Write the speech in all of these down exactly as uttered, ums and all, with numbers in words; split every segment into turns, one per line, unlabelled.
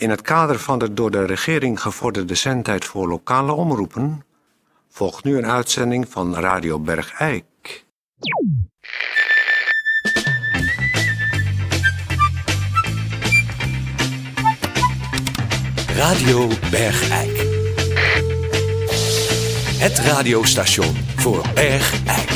In het kader van de door de regering gevorderde zendtijd voor lokale omroepen volgt nu een uitzending van Radio Bergijk.
Radio Bergijk. Het radiostation voor Bergijk.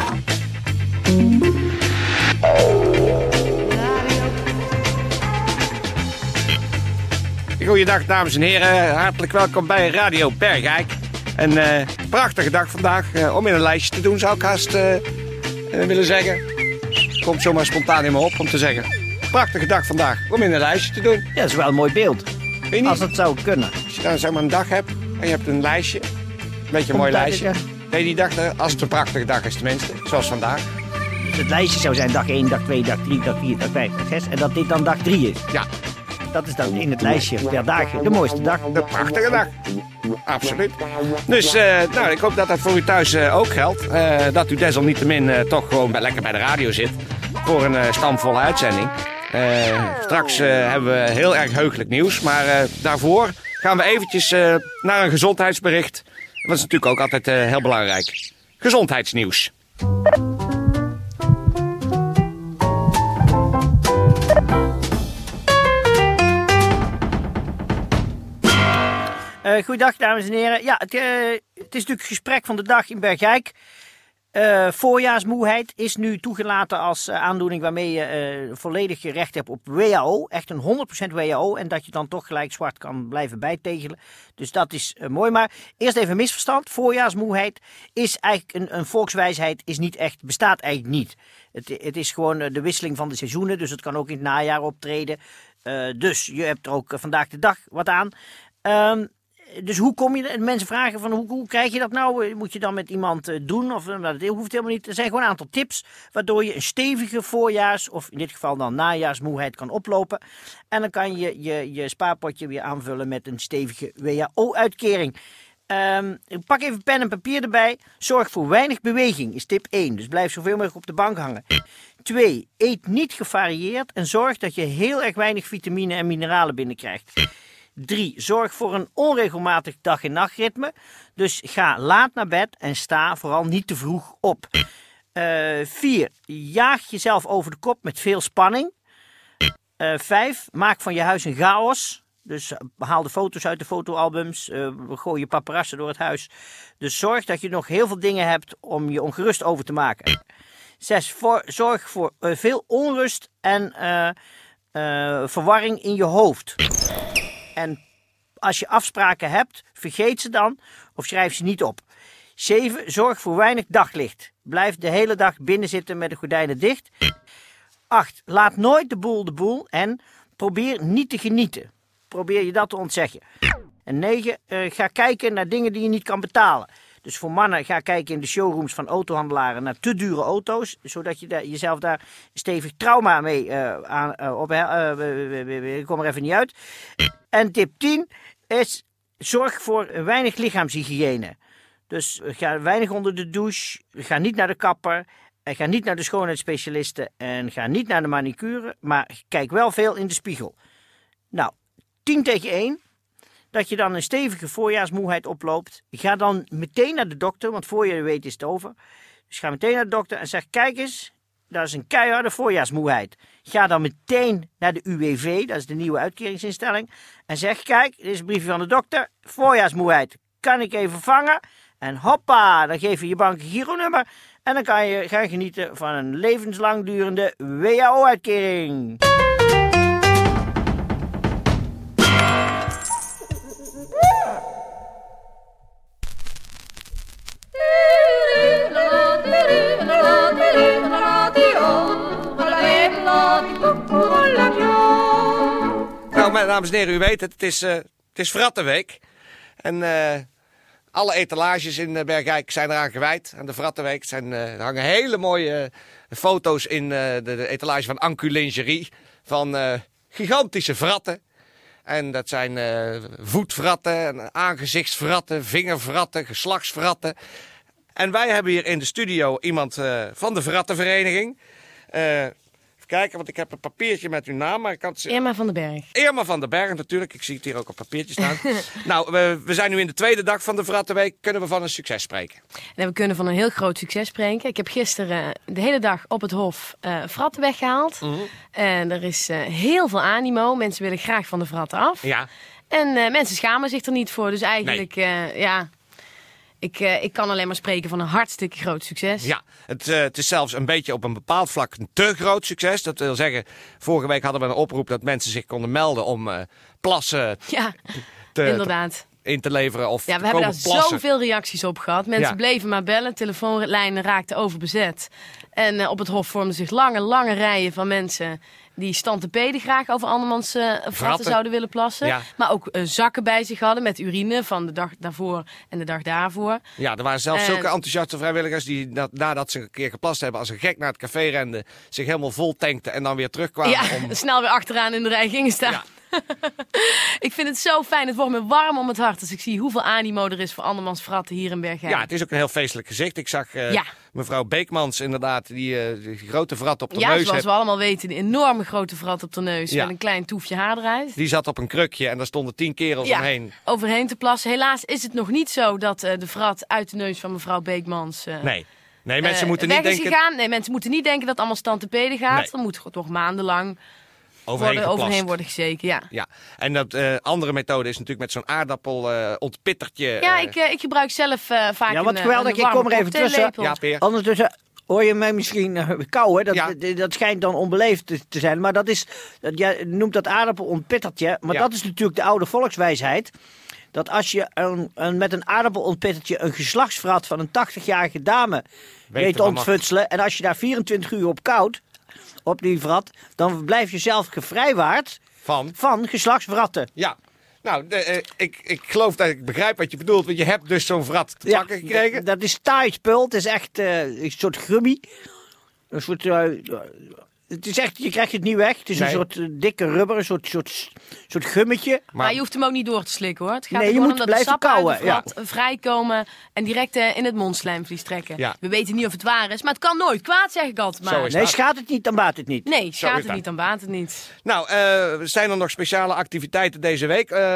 Goeiedag dames en heren, hartelijk welkom bij Radio Bergijk. Een uh, prachtige dag vandaag uh, om in een lijstje te doen, zou ik haast uh, uh, willen zeggen. Komt zomaar spontaan in me op om te zeggen. Prachtige dag vandaag om in een lijstje te doen.
Ja, dat is wel een mooi beeld.
Weet je niet?
Als het zou kunnen.
Als je dan zeg maar een dag hebt en je hebt een lijstje, een beetje een mooi lijstje. Nee, die dag, als het een prachtige dag is tenminste, zoals vandaag.
Dus het lijstje zou zijn dag één, dag twee, dag drie, dag vier, dag vijf, dag zes. En dat dit dan dag drie is.
Ja.
Dat is dan in het lijstje per dagen de mooiste dag.
De prachtige dag. Absoluut. Dus uh, nou, ik hoop dat dat voor u thuis uh, ook geldt. Uh, dat u desalniettemin uh, toch gewoon bij, lekker bij de radio zit. Voor een uh, stamvolle uitzending. Uh, straks uh, hebben we heel erg heugelijk nieuws. Maar uh, daarvoor gaan we eventjes uh, naar een gezondheidsbericht. Dat is natuurlijk ook altijd uh, heel belangrijk. Gezondheidsnieuws.
Uh, goeiedag dames en heren. Ja, het, uh, het is natuurlijk het gesprek van de dag in Bergijk. Uh, voorjaarsmoeheid is nu toegelaten als uh, aandoening waarmee je uh, volledig recht hebt op W H O. Echt een honderd procent W H O en dat je dan toch gelijk zwart kan blijven bijtegelen. Dus dat is uh, mooi. Maar eerst even een misverstand. Voorjaarsmoeheid is eigenlijk een, een volkswijsheid, is niet echt, bestaat eigenlijk niet. Het, het is gewoon uh, de wisseling van de seizoenen, dus het kan ook in het najaar optreden. Uh, dus je hebt er ook uh, vandaag de dag wat aan. Um, Dus hoe kom je, mensen vragen van hoe, hoe krijg je dat nou? Moet je dan met iemand doen? Of, dat hoeft helemaal niet. Er zijn gewoon een aantal tips waardoor je een stevige voorjaars, of in dit geval dan najaarsmoeheid kan oplopen. En dan kan je je, je spaarpotje weer aanvullen met een stevige W H O-uitkering. Um, pak even pen en papier erbij. Zorg voor weinig beweging is tip één. Dus blijf zoveel mogelijk op de bank hangen. twee. Eet niet gevarieerd en zorg dat je heel erg weinig vitamine en mineralen binnenkrijgt. drie. Zorg voor een onregelmatig dag- en nachtritme. Dus ga laat naar bed en sta vooral niet te vroeg op. vier. Uh, jaag jezelf over de kop met veel spanning. Uh, vijf. Maak van je huis een chaos. Dus haal de foto's uit de fotoalbums. Uh, gooi je paparazzen door het huis. Dus zorg dat je nog heel veel dingen hebt om je ongerust over te maken. zes. Voor, zorg voor uh, veel onrust en uh, uh, verwarring in je hoofd. En als je afspraken hebt, vergeet ze dan of schrijf ze niet op. zeven. Zorg voor weinig daglicht. Blijf de hele dag binnen zitten met de gordijnen dicht. acht. Laat nooit de boel de boel en probeer niet te genieten. Probeer je dat te ontzeggen. En negen. Uh, ga kijken naar dingen die je niet kan betalen. Dus voor mannen ga kijken in de showrooms van autohandelaren naar te dure auto's. Zodat je daar, jezelf daar stevig trauma mee uh, aan, uh, op... Uh, ik kom er even niet uit. En tip tien is zorg voor weinig lichaamshygiëne. Dus ga weinig onder de douche. Ga niet naar de kapper. Ga niet naar de schoonheidsspecialisten. En ga niet naar de manicure. Maar kijk wel veel in de spiegel. Nou, tien tegen één. Dat je dan een stevige voorjaarsmoeheid oploopt. Ga dan meteen naar de dokter, want voor je weet is het over. Dus ga meteen naar de dokter en zeg, kijk eens, dat is een keiharde voorjaarsmoeheid. Ga dan meteen naar de U W V, dat is de nieuwe uitkeringsinstelling. En zeg, kijk, dit is een briefje van de dokter, voorjaarsmoeheid. Kan ik even vangen? En hoppa, dan geef je je bank een gironummer. En dan kan je gaan genieten van een levenslang durende W H O-uitkering.
Nou, mijn dames en heren, u weet het, het is, uh, het is Vrattenweek. En uh, alle etalages in uh, Bergijk zijn eraan gewijd. Aan de Vrattenweek zijn, uh, er hangen hele mooie uh, foto's in uh, de, de etalage van Ancu Lingerie. Van uh, gigantische vratten. En dat zijn uh, voetvratten, aangezichtsvratten, vingervratten, geslachtsvratten. En wij hebben hier in de studio iemand uh, van de Vrattenvereniging. Uh, Even kijken, want ik heb een papiertje met uw naam. Maar ik kan het...
Irma van den Berg.
Irma van den Berg, natuurlijk. Ik zie het hier ook op papiertje staan. nou, we, we zijn nu in de tweede dag van de Vrattenweek. Kunnen we van een succes spreken?
En we kunnen van een heel groot succes spreken. Ik heb gisteren de hele dag op het Hof uh, vratten weggehaald. Mm-hmm. En er is uh, heel veel animo. Mensen willen graag van de vratten af.
Ja.
En uh, mensen schamen zich er niet voor. Dus eigenlijk, nee. uh, ja... Ik, uh, ik kan alleen maar spreken van een hartstikke groot succes.
Ja, het, uh, het is zelfs een beetje op een bepaald vlak een te groot succes. Dat wil zeggen, vorige week hadden we een oproep dat mensen zich konden melden om uh, plassen
ja,
te,
inderdaad.
Te, in te leveren. Of
ja, we
te
hebben
komen
daar
plassen.
zoveel reacties op gehad. Mensen
ja.
bleven maar bellen, telefoonlijnen raakten overbezet. En uh, op het Hof vormden zich lange, lange rijen van mensen die stantepeden graag over andermans uh, vratten zouden willen plassen. Ja. Maar ook uh, zakken bij zich hadden met urine van de dag daarvoor en de dag daarvoor.
Ja, er waren zelfs
en...
zulke enthousiaste vrijwilligers die dat, nadat ze een keer geplast hebben als een gek naar het café renden, zich helemaal vol tankten en dan weer terugkwamen.
Ja,
om...
snel weer achteraan in de rij gingen staan. Ja. Ik vind het zo fijn. Het wordt me warm om het hart als ik zie hoeveel animo er is voor andermans vratten hier in Bergijk.
Ja, het is ook een heel feestelijk gezicht. Ik zag uh, ja. mevrouw Beekmans inderdaad, die, uh, die grote vrat op de
ja,
neus.
Ja, zoals
heeft.
we allemaal weten, die enorme grote vrat op de neus. Ja. Met een klein toefje haar eruit.
Die zat op een krukje en daar stonden tien kerels
ja,
omheen.
overheen te plassen. Helaas is het nog niet zo dat uh, de vrat uit de neus van mevrouw Beekmans... Uh,
nee. Nee, mensen uh,
moeten
niet
weg is
denken...
gegaan. Nee, mensen moeten niet denken dat allemaal stantepeden gaat.
Nee.
Dan moet toch maandenlang...
Overheen,
worden, overheen worden gezeken, ja.
ja. En dat uh, andere methode is natuurlijk met zo'n aardappel uh, ontpittertje.
Ja,
uh...
ik, uh, ik gebruik zelf uh, vaak
ja, wat
een,
geweldig,
een
ik kom er even tussen.
Ja, Peer.
Ondertussen hoor je mij misschien uh, kauwen. Dat,
ja.
dat, dat schijnt dan onbeleefd te, te zijn. Maar dat is, dat, jij noemt dat aardappel ontpittertje. Maar ja. dat is natuurlijk de oude volkswijsheid. Dat als je een, een, met een aardappel-ontpittertje een geslachtsvrat van een tachtigjarige dame weet, weet te ontfutselen. En als je daar vierentwintig uur op koudt, op die vrat, dan blijf je zelf gevrijwaard
van,
van geslachtsvratten.
Ja, nou, de, uh, ik, ik geloof dat ik begrijp wat je bedoelt. Want je hebt dus zo'n vrat te pakken ja, gekregen.
Dat is taai spul. Het is echt uh, een soort gummi. Een soort... Uh, Het is echt, je krijgt het niet weg. Het is nee. een soort uh, dikke rubber, een soort, soort, soort gummetje. Maar,
maar je hoeft hem ook niet door te slikken, hoor. Het gaat
nee,
er
je
gewoon
moet
om dat de sappen
kauwen,
uit de vrat ja. vrijkomen en direct uh, in het mondslijmvlies trekken. Ja. We weten niet of het waar is, maar het kan nooit kwaad, zeg ik altijd maar.
Nee, schaadt het niet, dan baat het niet.
Nee, schaadt het niet, dan baat het niet.
Nou, uh, zijn er nog speciale activiteiten deze week uh,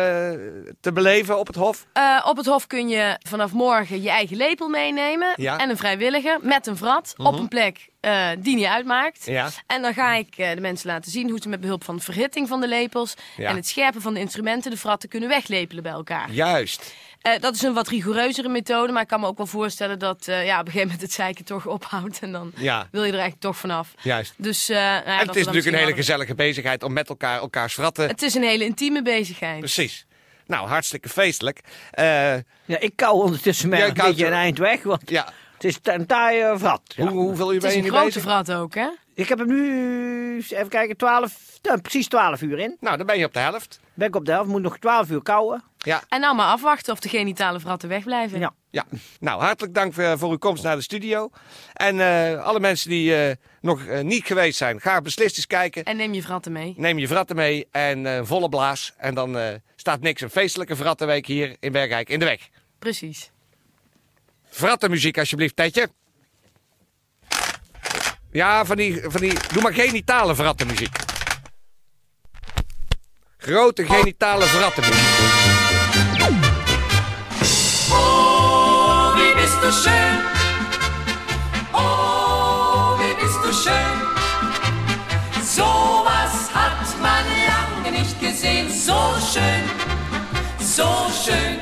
te beleven op het Hof?
Uh, op het Hof kun je vanaf morgen je eigen lepel meenemen ja. en een vrijwilliger met een vrat uh-huh. op een plek Uh, die niet uitmaakt. Ja. En dan ga ik uh, de mensen laten zien hoe ze met behulp van de verhitting van de lepels ja. en het scherpen van de instrumenten de vratten kunnen weglepelen bij elkaar.
Juist.
Uh, dat is een wat rigoureuzere methode, maar ik kan me ook wel voorstellen dat uh, ja, op een gegeven moment het zeiken toch ophoudt en dan ja. wil je er eigenlijk toch vanaf.
Juist.
Dus, uh, nou ja,
en het is natuurlijk een hele hadden. gezellige bezigheid om met elkaar elkaars vratten...
Het is een hele intieme bezigheid.
Precies. Nou, hartstikke feestelijk. Uh,
ja, ik kou ondertussen met een beetje een eind weg, want... Ja. Het is een taaie vrat.
Ja. Hoe, hoeveel uur ben je nu bezig?
Het is een grote vrat ook, hè?
Ik heb hem nu, even kijken, twaalf, nou, precies twaalf uur in.
Nou, dan ben je op de helft.
Ben ik op de helft, moet nog twaalf uur kauwen.
Ja.
En nou maar afwachten of de genitale vratten wegblijven.
Ja. ja. Nou, hartelijk dank voor, voor uw komst naar de studio. En uh, alle mensen die uh, nog uh, niet geweest zijn, ga beslist eens kijken.
En neem je vratten mee.
Neem je vratten mee en uh, volle blaas. En dan uh, staat niks een feestelijke Vrattenweek hier in Bergijk in de weg.
Precies.
Vrattenmuziek alsjeblieft, Tetje. Ja, van die, van die... Doe maar genitale vrattenmuziek. Grote genitale vrattenmuziek.
Oh, wie bist du schön. Oh, wie bist du schön. So was hat man lange nicht gesehen. So schön, so schön.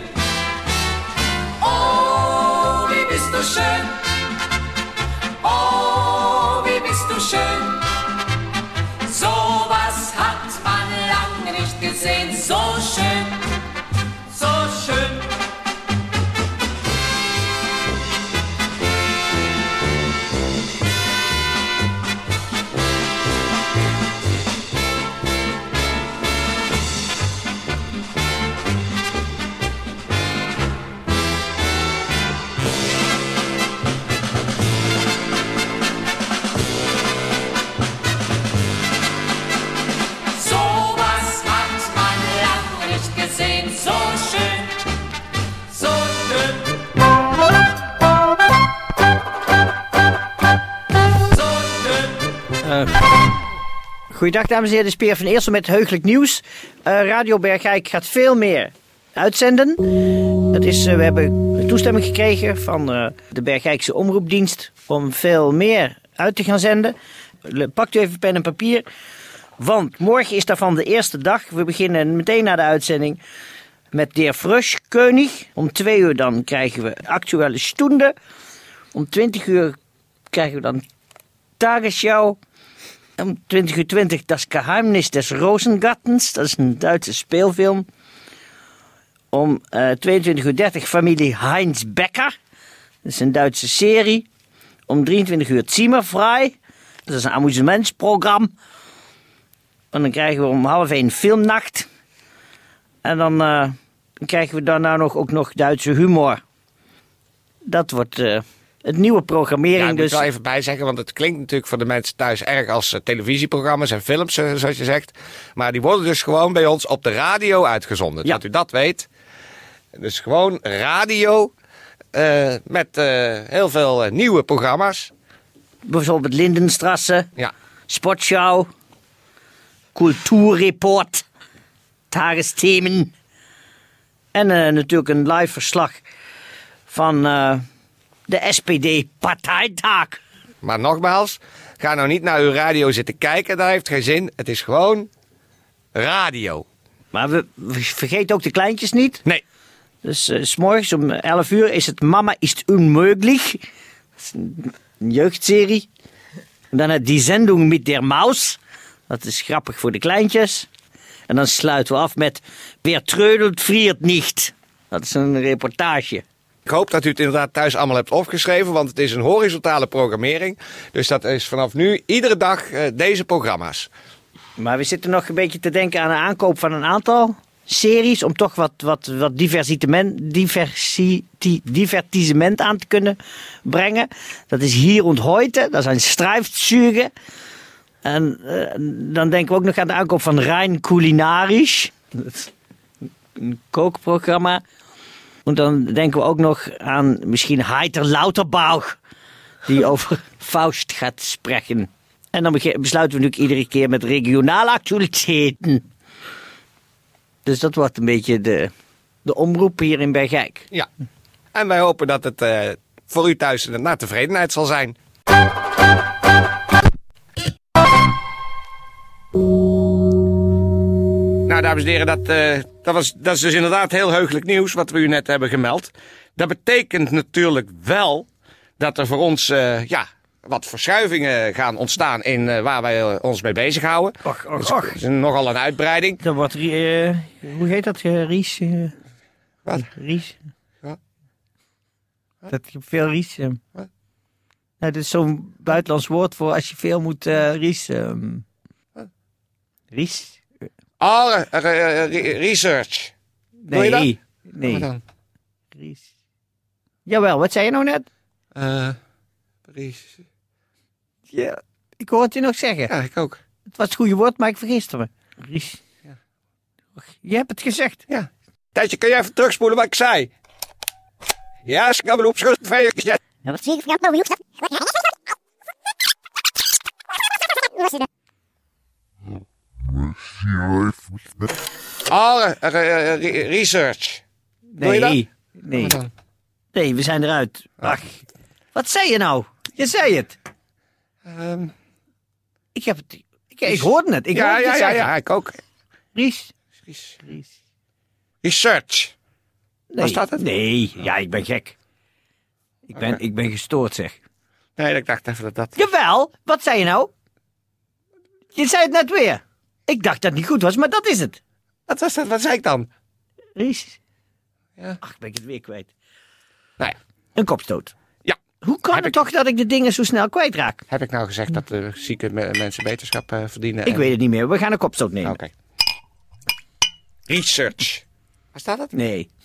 Oh, wie bist du schön. Oh, wie bist du schön. So was hat man lange nicht gesehen. So schön, so schön.
Goeiedag dames en heren, de Speer van Eersel met heugelijk nieuws. Uh, Radio Bergijk gaat veel meer uitzenden. Het is, uh, we hebben toestemming gekregen van uh, de Bergijkse omroepdienst om veel meer uit te gaan zenden. Pakt u even pen en papier, want morgen is daarvan de eerste dag. We beginnen meteen na de uitzending met de heer Frusch, König. Om twee uur dan krijgen we actuele Stunde. Om twintig uur krijgen we dan Tagesschau. Om twintig uur twintig Das Geheimnis des Rosengartens. Dat is een Duitse speelfilm. Om uh, tweeëntwintig uur dertig Familie Heinz Becker. Dat is een Duitse serie. Om drieëntwintig uur Zimmerfrei. Dat is een amusementsprogramma. En dan krijgen we om half één Filmnacht. En dan uh, krijgen we daarna nog, ook nog Duitse humor. Dat wordt uh, het nieuwe programmering. Ja, ik moet
dus...
wel
even bijzeggen, want het klinkt natuurlijk voor de mensen thuis erg als uh, televisieprogramma's en films, uh, zoals je zegt. Maar die worden dus gewoon bij ons op de radio uitgezonden. Ja. Dat u dat weet. Dus gewoon radio uh, met uh, heel veel uh, nieuwe programma's.
Bijvoorbeeld Lindenstrasse,
ja.
Sportschau, Kulturreport, Tagesthemen. En uh, natuurlijk een live verslag van uh, de S P D-partijtag.
Maar nogmaals, ga nou niet naar uw radio zitten kijken, dat heeft geen zin. Het is gewoon radio.
Maar we, we vergeten ook de kleintjes niet.
Nee.
Dus uh, 's morgens om elf uur is het Mama ist unmöglich. Dat is een, een jeugdserie. En dan het Die Sendung mit der Maus. Dat is grappig voor de kleintjes. En dan sluiten we af met Wer treudelt, friert niet. Dat is een reportage.
Ik hoop dat u het inderdaad thuis allemaal hebt opgeschreven, want het is een horizontale programmering. Dus dat is vanaf nu iedere dag uh, deze programma's.
Maar we zitten nog een beetje te denken aan de aankoop van een aantal series, om toch wat, wat, wat diversitement, diversi, divertissement aan te kunnen brengen. Dat is Hier und Heute, dat zijn Streifzüge. En uh, dan denken we ook nog aan de aankoop van Rein Kulinarisch. Een kookprogramma. En dan denken we ook nog aan misschien Heiter Lauterbach, die over Faust gaat spreken. En dan besluiten we natuurlijk iedere keer met regionale actualiteiten. Dus dat wordt een beetje de, de omroep hier in Bergijk.
Ja, en wij hopen dat het uh, voor u thuis naar tevredenheid zal zijn. Nou, dames en heren, dat, uh, dat, was, dat is dus inderdaad heel heugelijk nieuws wat we u net hebben gemeld. Dat betekent natuurlijk wel dat er voor ons uh, ja, wat verschuivingen gaan ontstaan in uh, waar wij uh, ons mee bezighouden.
Och, och,
dus,
och.
dat is nogal een uitbreiding.
Dat wordt, uh, hoe heet dat, uh, Ries? Uh,
wat?
Ries?
Wat?
Wat? Dat je veel Ries... Uh,
wat?
Nou, dat is zo'n buitenlands woord voor als je veel moet uh, Ries... Um, Ries?
Oh, uh, uh, uh, research. Doe je dat?
Nee, nee.
Wat dan?
Ries. Jawel, wat zei je nou net?
Uh, Ries.
Ja, ik hoor het je nog zeggen.
Ja, ik ook.
Het was het goede woord, maar ik vergiste me. Ries.
Ja.
Je hebt het gezegd.
Ja. Tijdje, kun je even terugspoelen wat ik zei? Ja, skabbeloep, schud, vijf. Ja,
wat zie ik nou?
Oh, uh, uh, uh, research. Doe je dat?
Nee, nee. Nee, we zijn eruit. Ach, wat zei je nou? Je zei het.
Um,
ik heb het... Ik, ik hoorde het. Ik
ja,
hoorde
ja,
het
ja,
zeggen.
ja, ik ook.
Ries.
Ries.
Ries.
Research.
Nee,
Waar staat het?
Nee, ja, ik ben gek. Ik ben,
Okay.
ik ben gestoord, zeg.
Nee, ik dacht even dat dat...
Jawel, wat zei je nou? Je zei het net weer. Ik dacht dat het niet goed was, maar dat is het.
Wat was dat? Wat zei ik dan?
Ries.
Ja.
Ach, ben ik het weer kwijt.
Nou ja.
Een kopstoot.
Ja.
Hoe kan
Heb
het
ik-
toch dat ik de dingen zo snel kwijtraak?
Heb ik nou gezegd dat de zieke me- mensen beterschap uh, verdienen?
Ik
en...
weet het niet meer. We gaan een kopstoot nemen.
Oké. Okay. Research. Waar staat dat?
Nee.